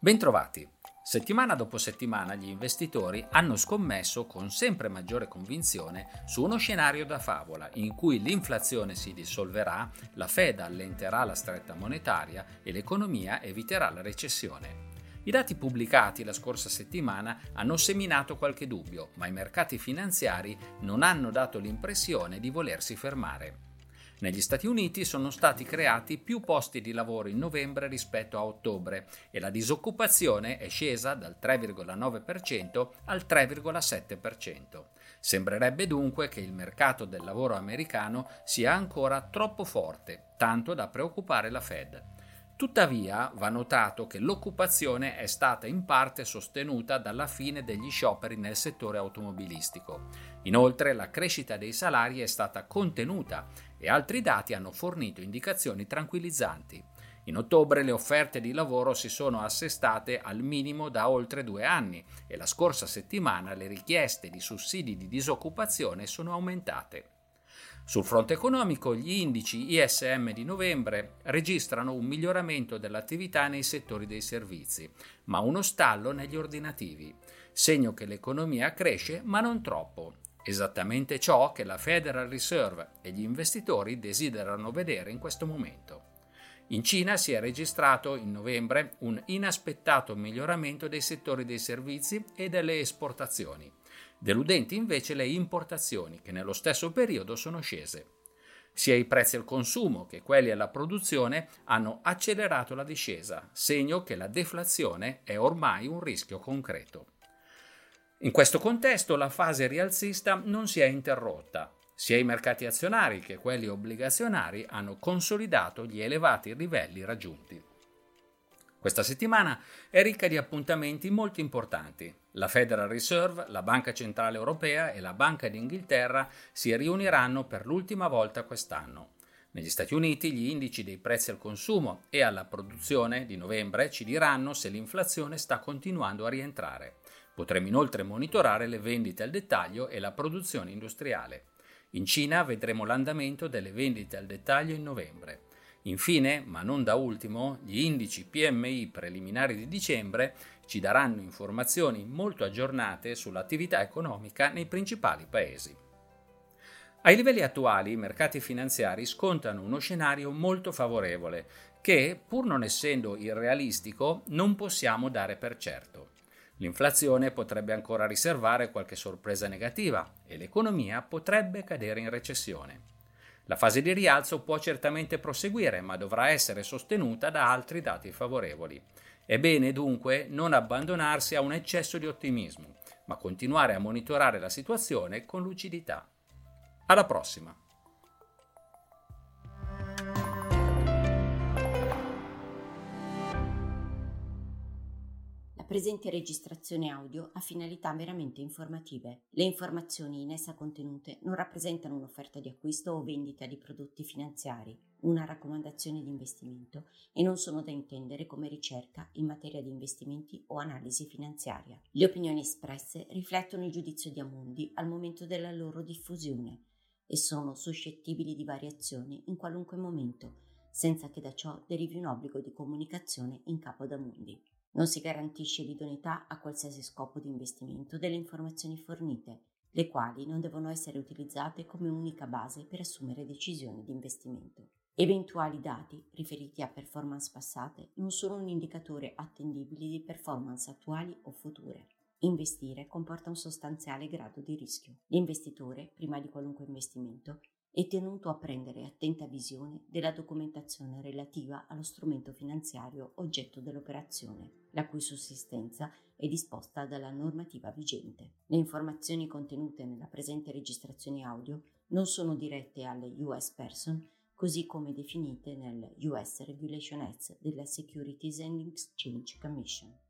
Bentrovati! Settimana dopo settimana gli investitori hanno scommesso con sempre maggiore convinzione su uno scenario da favola in cui l'inflazione si dissolverà, la Fed allenterà la stretta monetaria e l'economia eviterà la recessione. I dati pubblicati la scorsa settimana hanno seminato qualche dubbio, ma i mercati finanziari non hanno dato l'impressione di volersi fermare. Negli Stati Uniti sono stati creati più posti di lavoro in novembre rispetto a ottobre e la disoccupazione è scesa dal 3,9% al 3,7%. Sembrerebbe dunque che il mercato del lavoro americano sia ancora troppo forte, tanto da preoccupare la Fed. Tuttavia, va notato che l'occupazione è stata in parte sostenuta dalla fine degli scioperi nel settore automobilistico. Inoltre, la crescita dei salari è stata contenuta e altri dati hanno fornito indicazioni tranquillizzanti. In ottobre le offerte di lavoro si sono assestate al minimo da oltre 2 anni e la scorsa settimana le richieste di sussidi di disoccupazione sono aumentate. Sul fronte economico, gli indici ISM di novembre registrano un miglioramento dell'attività nei settori dei servizi, ma uno stallo negli ordinativi, segno che l'economia cresce ma non troppo, esattamente ciò che la Federal Reserve e gli investitori desiderano vedere in questo momento. In Cina si è registrato in novembre un inaspettato miglioramento dei settori dei servizi e delle esportazioni. Deludenti invece le importazioni, che nello stesso periodo sono scese. Sia i prezzi al consumo che quelli alla produzione hanno accelerato la discesa, segno che la deflazione è ormai un rischio concreto. In questo contesto la fase rialzista non si è interrotta. Sia i mercati azionari che quelli obbligazionari hanno consolidato gli elevati livelli raggiunti. Questa settimana è ricca di appuntamenti molto importanti. La Federal Reserve, la Banca Centrale Europea e la Banca d'Inghilterra si riuniranno per l'ultima volta quest'anno. Negli Stati Uniti gli indici dei prezzi al consumo e alla produzione di novembre ci diranno se l'inflazione sta continuando a rientrare. Potremo inoltre monitorare le vendite al dettaglio e la produzione industriale. In Cina vedremo l'andamento delle vendite al dettaglio in novembre. Infine, ma non da ultimo, gli indici PMI preliminari di dicembre ci daranno informazioni molto aggiornate sull'attività economica nei principali paesi. Ai livelli attuali i mercati finanziari scontano uno scenario molto favorevole che, pur non essendo irrealistico, non possiamo dare per certo. L'inflazione potrebbe ancora riservare qualche sorpresa negativa e l'economia potrebbe cadere in recessione. La fase di rialzo può certamente proseguire, ma dovrà essere sostenuta da altri dati favorevoli. È bene dunque non abbandonarsi a un eccesso di ottimismo, ma continuare a monitorare la situazione con lucidità. Alla prossima! La presente registrazione audio ha finalità meramente informative. Le informazioni in essa contenute non rappresentano un'offerta di acquisto o vendita di prodotti finanziari, una raccomandazione di investimento e non sono da intendere come ricerca in materia di investimenti o analisi finanziaria. Le opinioni espresse riflettono il giudizio di Amundi al momento della loro diffusione e sono suscettibili di variazioni in qualunque momento, senza che da ciò derivi un obbligo di comunicazione in capo ad Amundi. Non si garantisce l'idoneità a qualsiasi scopo di investimento delle informazioni fornite, le quali non devono essere utilizzate come unica base per assumere decisioni di investimento. Eventuali dati riferiti a performance passate non sono un indicatore attendibile di performance attuali o future. Investire comporta un sostanziale grado di rischio. L'investitore, prima di qualunque investimento, è tenuto a prendere attenta visione della documentazione relativa allo strumento finanziario oggetto dell'operazione, la cui sussistenza è disposta dalla normativa vigente. Le informazioni contenute nella presente registrazione audio non sono dirette alle US Person, così come definite nel US Regulation Act della Securities and Exchange Commission.